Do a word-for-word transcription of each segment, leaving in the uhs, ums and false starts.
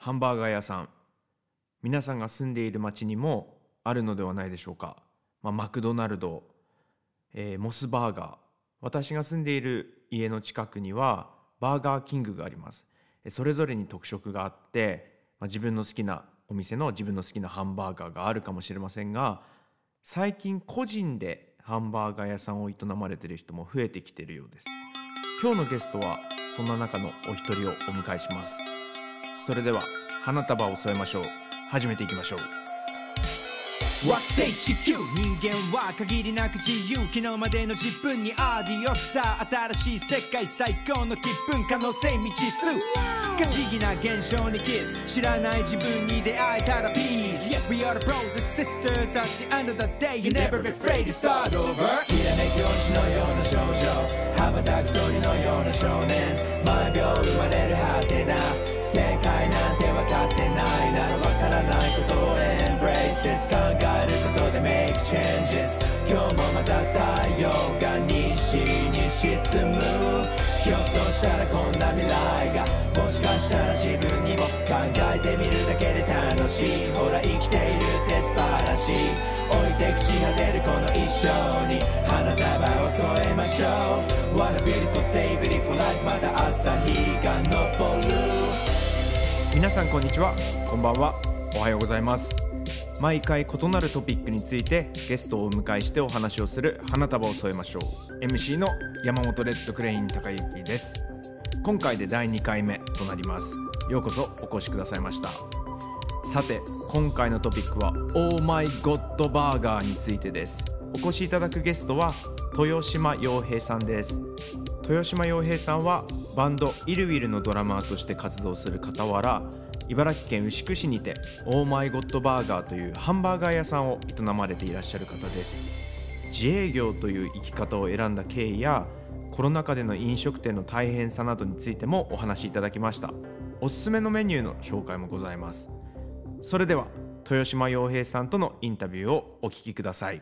ハンバーガー屋さん、皆さんが住んでいる町にもあるのではないでしょうか。まあ、マクドナルド、えーモスバーガー、私が住んでいる家の近くにはバーガーキングがあります。えーそれぞれに特色があって、まあ、自分の好きなお店の自分の好きなハンバーガーがあるかもしれませんが、最近個人でハンバーガー屋さんを営まれている人も増えてきているようです。今日のゲストはそんな中のお一人をお迎えします。それでは花束を添えましょう。始めていきましょう。 惑星地球人間は限りなく自由、昨日までの自分にアディオスさ、新しい世界最高の気分、可能性未知数、不可思議な現象にキス、知らない自分に出会えたらピース、yes. We are the bros and sisters at the end of the day, you're never afraid to start over。 きらめき星のような少女、羽ばたく鳥のような少年、毎秒生まれるハテナ、正解なんて分かってないなら分からないことをエンブレイス、考えることで make changes。 今日もまた太陽が西に沈む、ひょっとしたらこんな未来がもしかしたら自分にも、考えてみるだけで楽しい、ほら生きているって素晴らしい、置いて朽ち果てるこの一生に花束を添えましょう。 What a beautiful day, beautiful life。 また朝日が昇る。 皆さんこんにちは、こんばんは、おはようございます。毎回異なるトピックについてゲストをお迎えしてお話をする花束を添えましょう。 エムシー の山本レッドクレイン高之です。今回でだいにかいめとなります。ようこそお越しくださいました。さて今回のトピックは Oh My God Burger についてです。お越しいただくゲストは豊島洋平さんです。豊島洋平さんはバンドイルウィルのドラマーとして活動する傍ら、茨城県牛久市にて Oh My God Burger というハンバーガー屋さんを営まれていらっしゃる方です。自営業という生き方を選んだ経緯やコロナ禍での飲食店の大変さなどについてもお話しいただきました。おすすめのメニューの紹介もございます。それでは豊島洋平さんとのインタビューをお聞きください。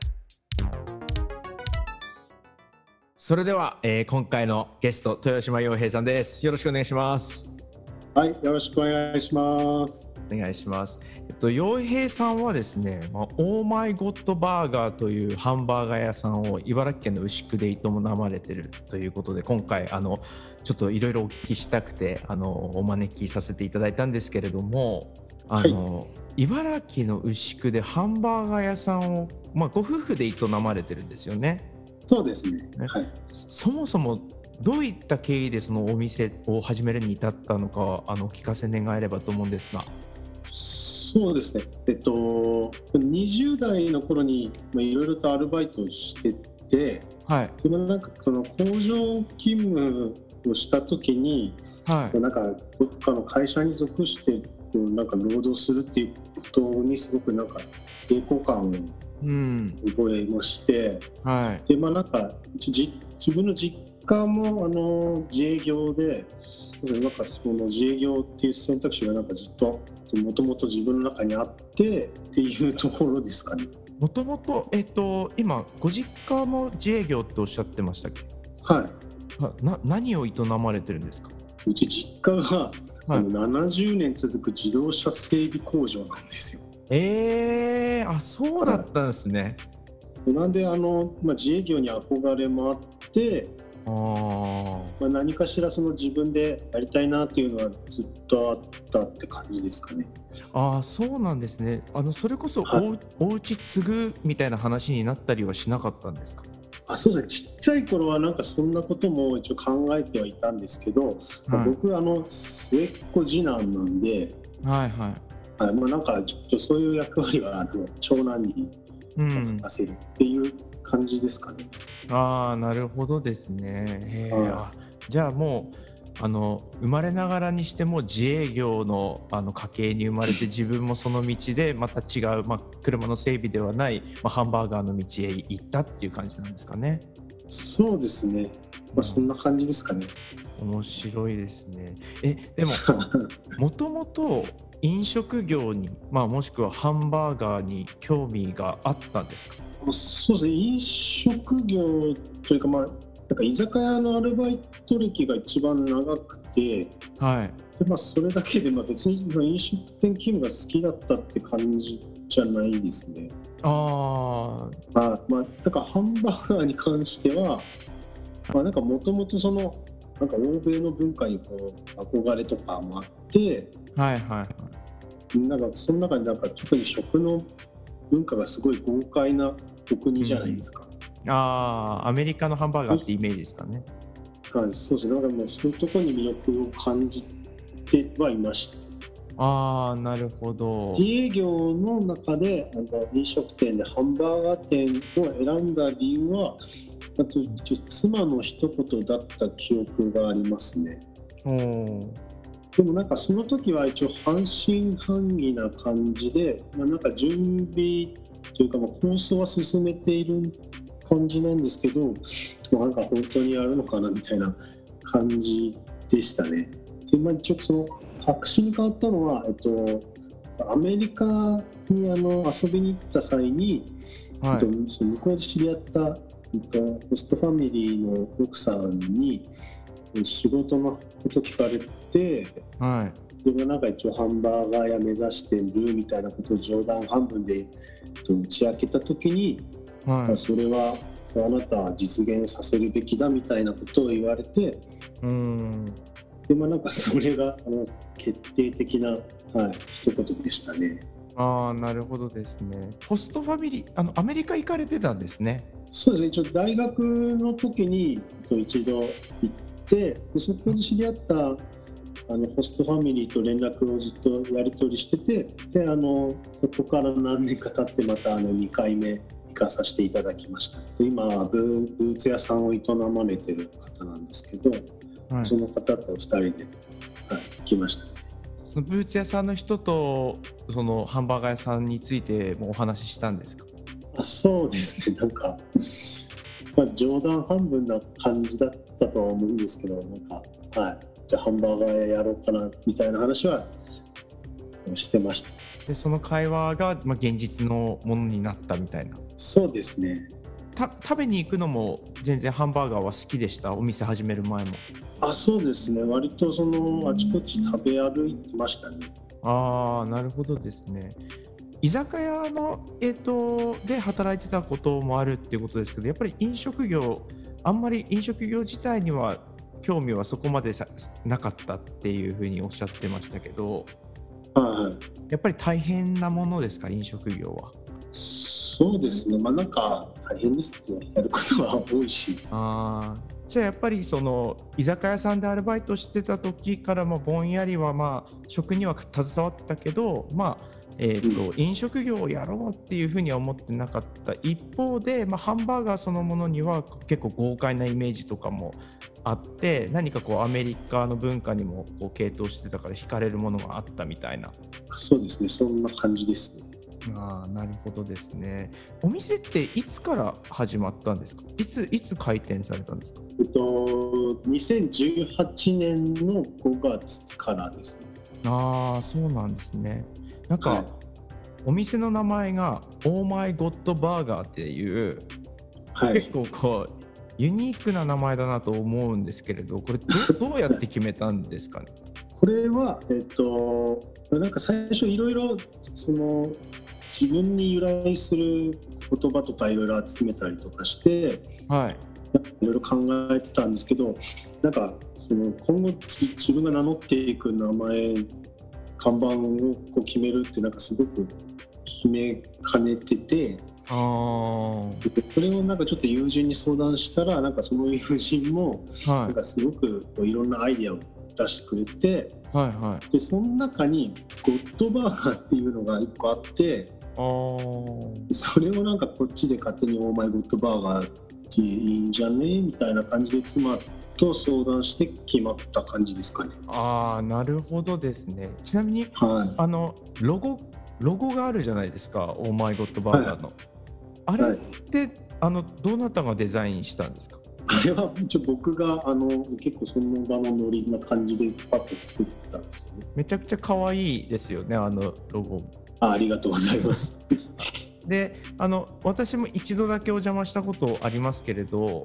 それでは、えー、今回のゲスト豊島洋平さんです。よろしくお願いします。 はい、よろしくお願いします。 お願いします。えっと、洋平さんはですね、まあ、オーマイゴッドバーガーというハンバーガー屋さんを茨城県の牛久で営まれているということで、今回あのちょっといろいろお聞きしたくてあのお招きさせていただいたんですけれども、あの、はい、茨城の牛久でハンバーガー屋さんを、まあ、ご夫婦で営まれてるんですよね。 そうですね、はい、 そもそもどういった経緯でそのお店を始めるに至ったのか、あのお聞かせ願えればと思うんですが。 そうですね、えっと、にじゅう代の頃にいろいろとアルバイトをしてて、はい、でもなんかその工場勤務をした時に、はい、なんかどっかの会社に属してなんか労働するっていうことにすごくなんか抵抗感を覚えまして、うんはい、でまあなんかじ自分の実家もあの自営業で、なんかその自営業っていう選択肢がなんかずっともともと自分の中にあってっていうところですかね。 もともとえっと今ご実家も自営業っておっしゃってましたっけ？ はい。 な何を営まれてるんですか？ うち実家が、はい、あのななじゅうねん続く自動車整備工場なんですよ。 えー、あ、そうだったんですね。 はい、なんであの、まあ、自営業に憧れもあって、あ、まあ、何かしらその自分でやりたいなっていうのはずっとあったって感じですかね。 ああ、そうなんですね。あのそれこそお、はい、お家継ぐみたいな話になったりはしなかったんですか？ あ、そうですね、ちっちゃい頃はなんかそんなことも一応考えてはいたんですけど、はい、僕あの末っ子次男なんで、はいはいはい、まあ、なんかちょっとそういう役割はあの長男に任せるっていう感じですかね。 うん、ああ、なるほどですね。へー、あ、じゃあもうあの生まれながらにしても自営業 の, あの家系に生まれて、自分もその道でまた違う、まあ、車の整備ではない、まあ、ハンバーガーの道へ行ったっていう感じなんですかね。 そうですね、まあ、そんな感じですかね。 面白いですね。えでももともと飲食業に、まあ、もしくはハンバーガーに興味があったんですか？ そうですね、飲食業というか、まあ、 なんか居酒屋のアルバイト歴が一番長くて、 はい、 でまあ、それだけでまあ別に飲食店勤務が好きだったって感じじゃないですね。 ああ、まあ、なんかハンバーガーに関しては、まあ、なんかもともとそのなんか欧米の文化にこう憧れとかもあって、 はいはいはい、 なんかその中でなんか特に食の文化がすごい豪快なお国じゃないですか。 うん、ああ、アメリカのハンバーガーってイメージですかね。 はい、そうですね。なんかもうそういうところに魅力を感じてはいました。 ああ、なるほど。 自営業の中であの飲食店でハンバーガー店を選んだ理由は、あと妻の一言だった記憶がありますね。 おでもなんかその時は一応半信半疑な感じで、まあ、なんか準備というかまあ構想は進めている感じなんですけど、まあ、なんか本当にやるのかなみたいな感じでしたね。で、まあ、一応その確信に変わったのは、えっと、アメリカにあの遊びに行った際に、はい、えっと、その向こうで知り合った、えっと、ホストファミリーの奥さんに仕事のこと聞かれて、はい、でもなんか一応ハンバーガー屋目指してるみたいなことを冗談半分で打ち明けた時に、はい、それはあなたは実現させるべきだみたいなことを言われて、うん、でまあ、なんかそれがあの決定的な、はい、一言でしたね。 ああ、なるほどですね。ホストファミリー、あのアメリカ行かれてたんですね。 そうですね。一応大学の時に一度行ってで、そこで知り合ったあのホストファミリーと連絡をずっとやり取りしてて、であのそこから何年か経ってまたあのにかいめ行かさせていただきました。で今はブー、ブーツ屋さんを営まれてる方なんですけど、はい、その方とふたりで、はい、行きました。 そのブーツ屋さんの人とそのハンバーガー屋さんについてもお話ししたんですか？ あ、そうですね。なんか、まあ、冗談半分な感じだったとは思うんですけど、なんか、はい、じゃあハンバーガー屋やろうかなみたいな話はしてました。 でその会話が、まあ、現実のものになったみたいな。 そうですね。 た食べに行くのも全然ハンバーガーは好きでした？お店始める前も。 あ、そうですね。割とそのあちこち食べ歩いてましたね。 ああ、なるほどですね。居酒屋の、えーと、で働いてたこともあるっていうことですけど、やっぱり飲食業、あんまり飲食業自体には興味はそこまでなかったっていうふうにおっしゃってましたけど、はい、やっぱり大変なものですか、飲食業は？ そうですね。まあなんか大変ですね。やることは多いし。 あじゃあやっぱりその居酒屋さんでアルバイトしてた時からもぼんやりはまあ食には携わってたけど、まあえーとうん、飲食業をやろうっていうふうには思ってなかった一方で、まあ、ハンバーガーそのものには結構豪快なイメージとかもあって、何かこうアメリカの文化にもこう傾倒してたから惹かれるものがあったみたいな。 そうですね。そんな感じですね。 ああ、なるほどですね。お店っていつから始まったんですか？いついつ開店されたんですか？ えっとにせんじゅうはちねんのごがつからですね。 ああ、そうなんですね。なんか、はい、お店の名前がオーマイゴッドバーガーっていう、はい、結構こうユニークな名前だなと思うんですけれど、これ ど, どうやって決めたんですかね？ これは、えっと、なんか最初いろいろその自分に由来する言葉とかいろいろ集めたりとかして、はい、いろいろ考えてたんですけど、なんかその今後自分が名乗っていく名前、看板をこう決めるってなんかすごく決めかねてて、あそれをなんかちょっと友人に相談したら、なんかその友人もなんかすごくこういろんなアイデアを出してくれて、はいはい、でその中にゴッドバーガーっていうのがいっこあって、あそれをなんかこっちで勝手にオーマイゴッドバーガーっていいんじゃねみたいな感じで妻と相談して決まった感じですかね。 ああ、なるほどですね。ちなみに、はい、あのロゴロゴがあるじゃないですか、オーマイゴッドバーガーの、はい、あれって、はい、あのどなたがデザインしたんですか？ あれは一応僕があの結構その場のノリな感じでパッと作ったんですよね。 めちゃくちゃ可愛いですよね、あのロゴ。 あ, ありがとうございますであの私も一度だけお邪魔したことありますけれど、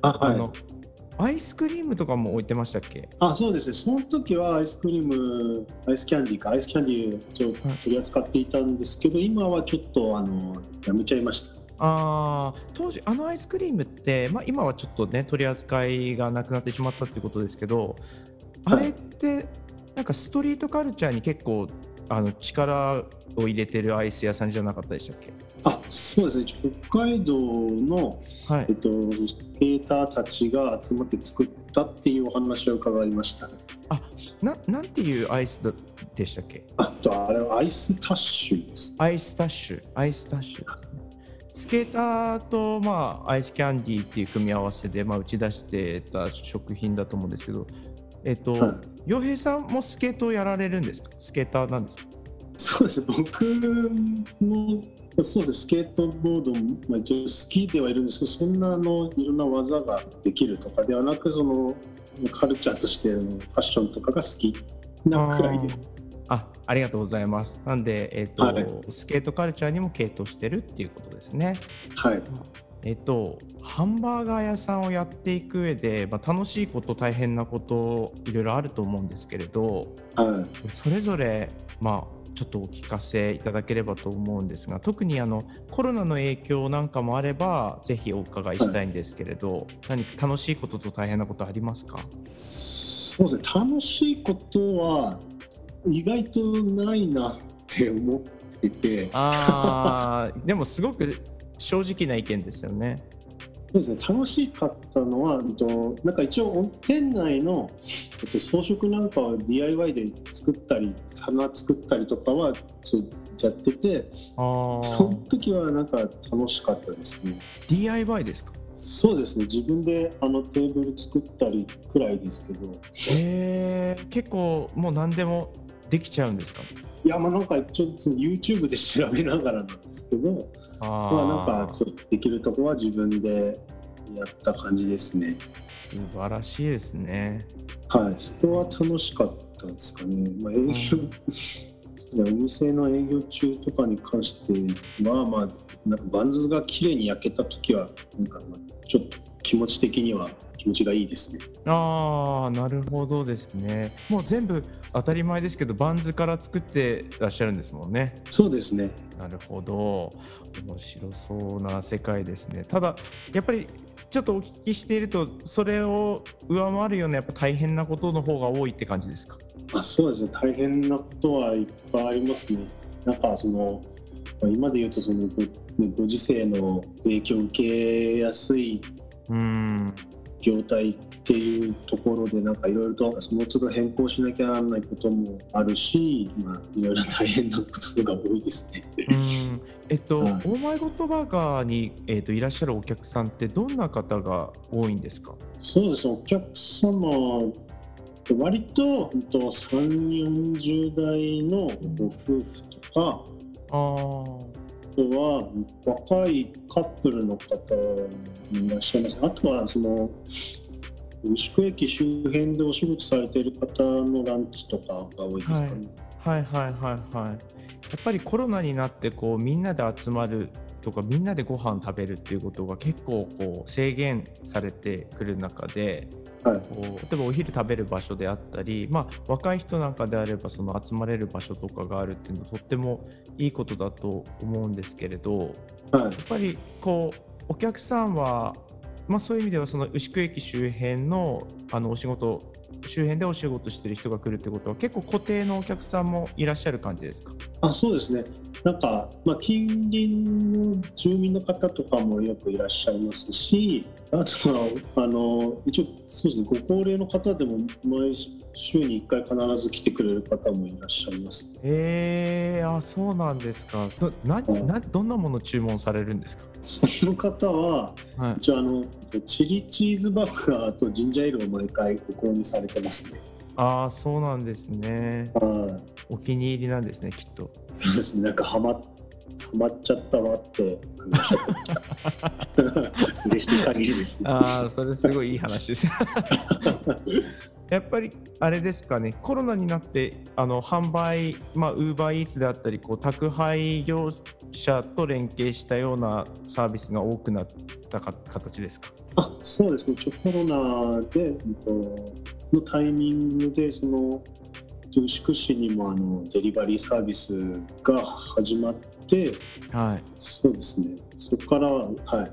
あ、はい、 あのアイスクリームとかも置いてましたっけ？ あ、そうですね。その時はアイスクリーム、アイスキャンディーか、アイスキャンディーを取り扱っていたんですけど、はい、今はちょっとあのやめちゃいました。 あ当時あのアイスクリームって、まあ、今はちょっとね取り扱いがなくなってしまったっていうことですけど、あれってなんかストリートカルチャーに結構あの力を入れてるアイス屋さんじゃなかったでしたっけ？ あ、そうですね。北海道の、はい、えっと、スケーターたちが集まって作ったっていうお話を伺いました。 あ、な、なんていうアイスでしたっけ？ あとあれはアイスタッシュです。 アイスタッシュ、アイスタッシュですね。スケーターと、まあ、アイスキャンディーっていう組み合わせで、まあ、打ち出してた食品だと思うんですけど、えっと、はい、洋平さんもスケートをやられるんですか？スケーターなんですか？ そうですね、僕もそうです、スケートボードも、まあ、一応好きではいるんですけど、そんなあのいろんな技ができるとかではなく、そのカルチャーとしてのファッションとかが好きなくらいです。 あ, ありがとうございます。なんで、えーとはい、スケートカルチャーにも傾倒してるっていうことですね。 はい。 えっと、ハンバーガー屋さんをやっていく上で、まあ、楽しいこと大変なこといろいろあると思うんですけれど、はい、それぞれ、まあ、ちょっとお聞かせいただければと思うんですが、特にあのコロナの影響なんかもあればぜひお伺いしたいんですけれど、はい、何か楽しいことと大変なことありますか？ そうですね、楽しいことは意外とないなって思っててあでもすごく正直な意見ですよね。 そうですね、楽しかったのは、なんか一応店内の装飾なんかは ディーアイワイ で作ったり花作ったりとかはやってて、あその時はなんか楽しかったですね。 ディーアイワイ ですか？ そうですね、自分であのテーブル作ったりくらいですけど。 へー、結構もう何でもできちゃうんですか？ いや、まあなんかちょっと YouTube で調べながらなんですけど、あまあなんかそうできるところは自分でやった感じですね。 素晴らしいですね。 はい、そこは楽しかったですかね。まあ、営業、うん、お店の営業中とかに関しては、まあなんかバンズが綺麗に焼けた時はなんかちょっと気持ち的には気持ちがいいですね。 ああ、なるほどですね。もう全部当たり前ですけどバンズから作ってらっしゃるんですもんね。 そうですね。 なるほど、面白そうな世界ですね。ただやっぱりちょっとお聞きしていると、それを上回るようなやっぱ大変なことの方が多いって感じですか？ あ、そうですね、大変なことはいっぱいありますね。なんかその今で言うとその ご, ご時世の影響を受けやすいうん業態っていうところで、なんかいろいろとその都度変更しなきゃならないこともあるし、まあ、いろいろ大変なことが多いですね。 うんえっと、はい、オーマイゴッドバーガーに、えー、といらっしゃるお客さんってどんな方が多いんですか？そうですね、お客様割とさんじゅう、よんじゅう代のご夫婦とか、ああとは若いカップルの方いらっしゃいます。あとはその牛久駅周辺でお仕事されている方のランチとかが多いですかね。 はい、はいはいはいはい。やっぱりコロナになってこうみんなで集まるとかみんなでご飯食べるっていうことが結構こう制限されてくる中で、はい、こう例えばお昼食べる場所であったり、まあ、若い人なんかであればその集まれる場所とかがあるっていうのはとってもいいことだと思うんですけれど、はい、やっぱりこうお客さんは、まあ、そういう意味ではその牛久駅周辺の、あのお仕事周辺でお仕事してる人が来るってことは結構固定のお客さんもいらっしゃる感じですか？ あ、そうですね。なんか、まあ、近隣の住民の方とかもよくいらっしゃいますし、あとはあの一応そうですね、ご高齢の方でも毎週にいっかい必ず来てくれる方もいらっしゃいます。 えー、あ、そうなんですか。ど、な、な、どんなもの注文されるんですか？ その方は、はい、一応あのチリチーズバーガーとジンジャーエールを毎回ご購入されてますね。 ああ、そうなんですね。お気に入りなんですね、きっと。 そうですね、なんかハマ、ハマっちゃったわっておっしゃって嬉しい限りですね。 ああ、それすごいいい話です。 やっぱりあれですかね、コロナになってあの販売、まあ、ウーバーイーツであったりこう宅配業者と連携したようなサービスが多くなったか形ですか？ あ、そうですね。コロナで、えっと、のタイミングでその牛久市にもあのデリバリーサービスが始まって、はい、そうですね。そこからは、はい、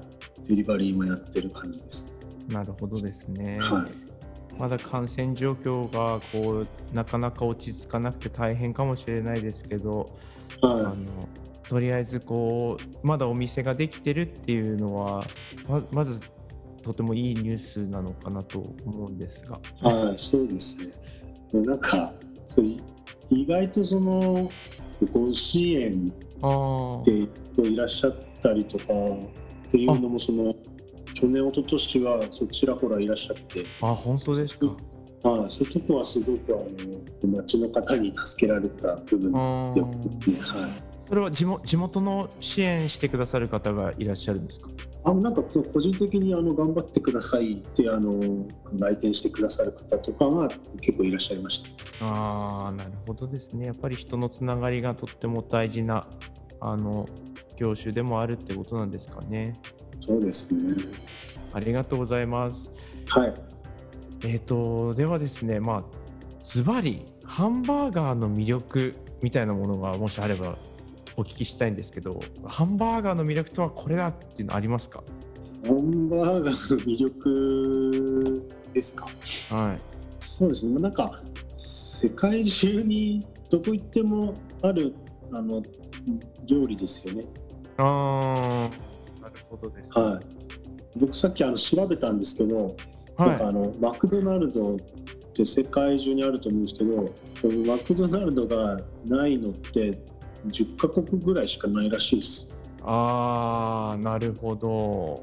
デリバリーもやってる感じです。 なるほどですね。 はい、 まだ感染状況がこうなかなか落ち着かなくて大変かもしれないですけど、はい、あのとりあえずこうまだお店ができてるっていうのは ま, まずとてもいいニュースなのかなと思うんですが。 はい、そうですね。なんかそう意外とそのご支援でいらっしゃったりとかっていうのもその去年一昨年はそちらほらいらっしゃって。 あ、本当ですか。 ああ、そういうとこはすごくあの町の方に助けられた部分で、ね、はい。 それは地元、地元の支援してくださる方がいらっしゃるんですか？ あ、なんかその個人的にあの頑張ってくださいってあの来店してくださる方とかが結構いらっしゃいました。 ああ、なるほどですね。やっぱり人のつながりがとっても大事なあの業種でもあるってことなんですかね。 そうですね。 ありがとうございます。 はい。 えーと、ではですね、まあズバリハンバーガーの魅力みたいなものがもしあればお聞きしたいんですけど、ハンバーガーの魅力とはこれだっていうのありますか？ ハンバーガーの魅力ですか？はい。そうですね。なんか世界中にどこ行ってもあるあの料理ですよね。 ああ、なるほどです、ね。 はい。僕さっきあの調べたんですけど、はい、なんかあのマクドナルドって世界中にあると思うんですけど、マクドナルドがないのってじゅっカ国ぐらいしかないらしいです。 あー、なるほど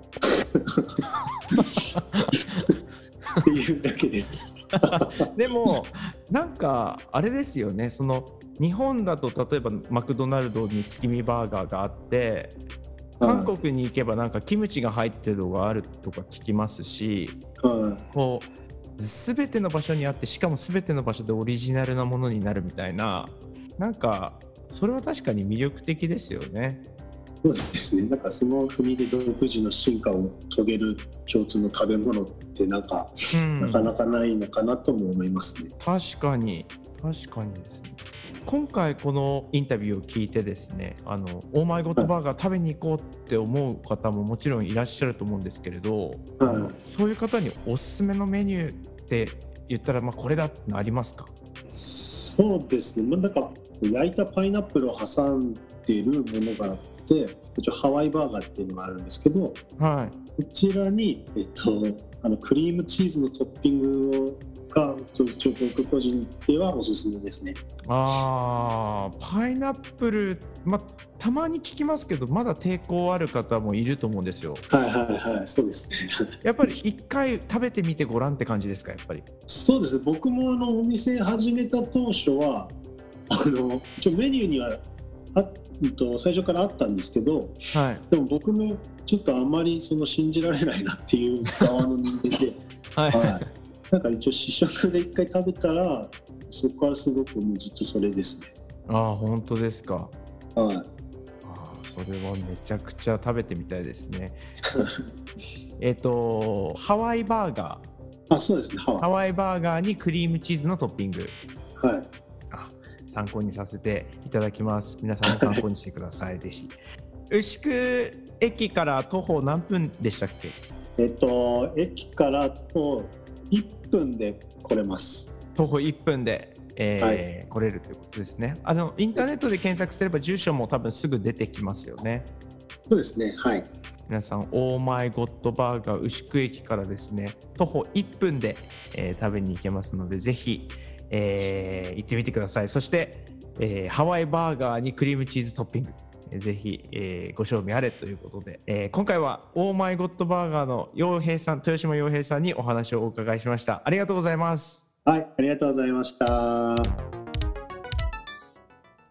っていうだけですでもなんかあれですよね、その日本だと例えばマクドナルドに月見バーガーがあって韓国に行けばなんかキムチが入ってるのがあるとか聞きますし、はい、こう全ての場所にあって、しかも全ての場所でオリジナルなものになるみたいな、なんかそれは確かに魅力的ですよね。 そうですね。なんかその国で独自の進化を遂げる共通の食べ物ってなんか、うん、なかなかないのかなとも思いますね。 確かに確かにですね。今回このインタビューを聞いてですね、あのオーマイゴッドバーガー食べに行こうって思う方ももちろんいらっしゃると思うんですけれど、はい、そういう方におすすめのメニューって言ったら、まあこれだってのありますか？ そうですね。なんか焼いたパイナップルを挟んでいるものがあって、一応ハワイバーガーっていうのがあるんですけど、はい、こちらに、えっと、あのクリームチーズのトッピングをが一応僕個人ではおすすめですね。 あー、パイナップル、ま、たまに聞きますけどまだ抵抗ある方もいると思うんですよ。 はいはいはい、そうですねやっぱり一回食べてみてごらんって感じですか？やっぱりそうですね。僕もあのお店始めた当初はあの一応メニューにはあと最初からあったんですけど、はい、でも僕もちょっとあまりその信じられないなっていう側の人間で、はいはい、なんか一応試食で一回食べたらそこからすごくもうずっとそれですね。 ああ、本当ですか。はい。 ああ、それはめちゃくちゃ食べてみたいですねえっとハワイバーガー。あ、そうですね。 ハワイ。ハワイバーガーにクリームチーズのトッピング。 はい。 あ、参考にさせていただきます。皆さんも参考にしてくださいぜひ。牛久駅から徒歩何分でしたっけ？ えっと駅からといっぷんで来れます。 徒歩いっぷんで、えーはい、来れるということですね。あのインターネットで検索すれば住所も多分すぐ出てきますよね。 そうですね。はい。 皆さんオーマイゴッドバーガー牛久駅からですね徒歩いっぷんで、えー、食べに行けますのでぜひ、えー、行ってみてください。そして、えー、ハワイバーガーにクリームチーズトッピング、えー、ぜひ、えー、ご賞味あれということで、えー、今回はオーマイゴッドバーガーの陽平さん、豊島陽平さんにお話をお伺いしました。ありがとうございます。 はい、ありがとうございました。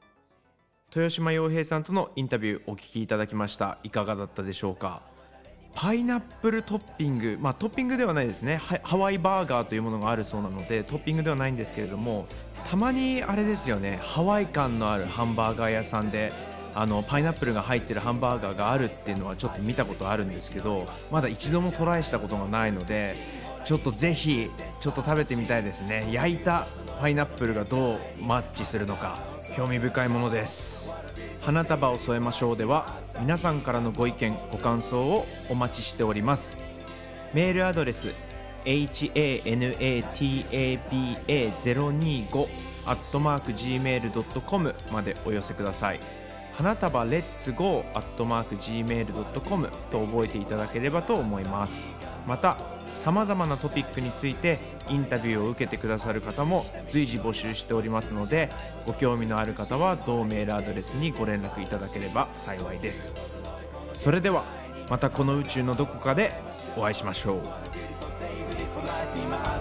豊島陽平さんとのインタビューお聞きいただきました。いかがだったでしょうか？ パイナップルトッピング、まあトッピングではないですね。ハハワイバーガーというものがあるそうなのでトッピングではないんですけれども、たまにあれですよね、ハワイ感のあるハンバーガー屋さんであのパイナップルが入ってるハンバーガーがあるっていうのはちょっと見たことあるんですけど、まだ一度もトライしたことがないので、ちょっとぜひちょっと食べてみたいですね。焼いたパイナップルがどうマッチするのか興味深いものです。花束を添えましょうでは皆さんからのご意見ご感想をお待ちしております。メールアドレス エイチエーエヌエーティーエービーエーゼロにじゅうご アットマーク ジーメールドットコム までお寄せください。花束レッツゴー アットマーク ジーメールドットコム と覚えていただければと思います。またさまざまなトピックについてインタビューを受けてくださる方も随時募集しておりますので、ご興味のある方は同メールアドレスにご連絡いただければ幸いです。それではまたこの宇宙のどこかでお会いしましょう。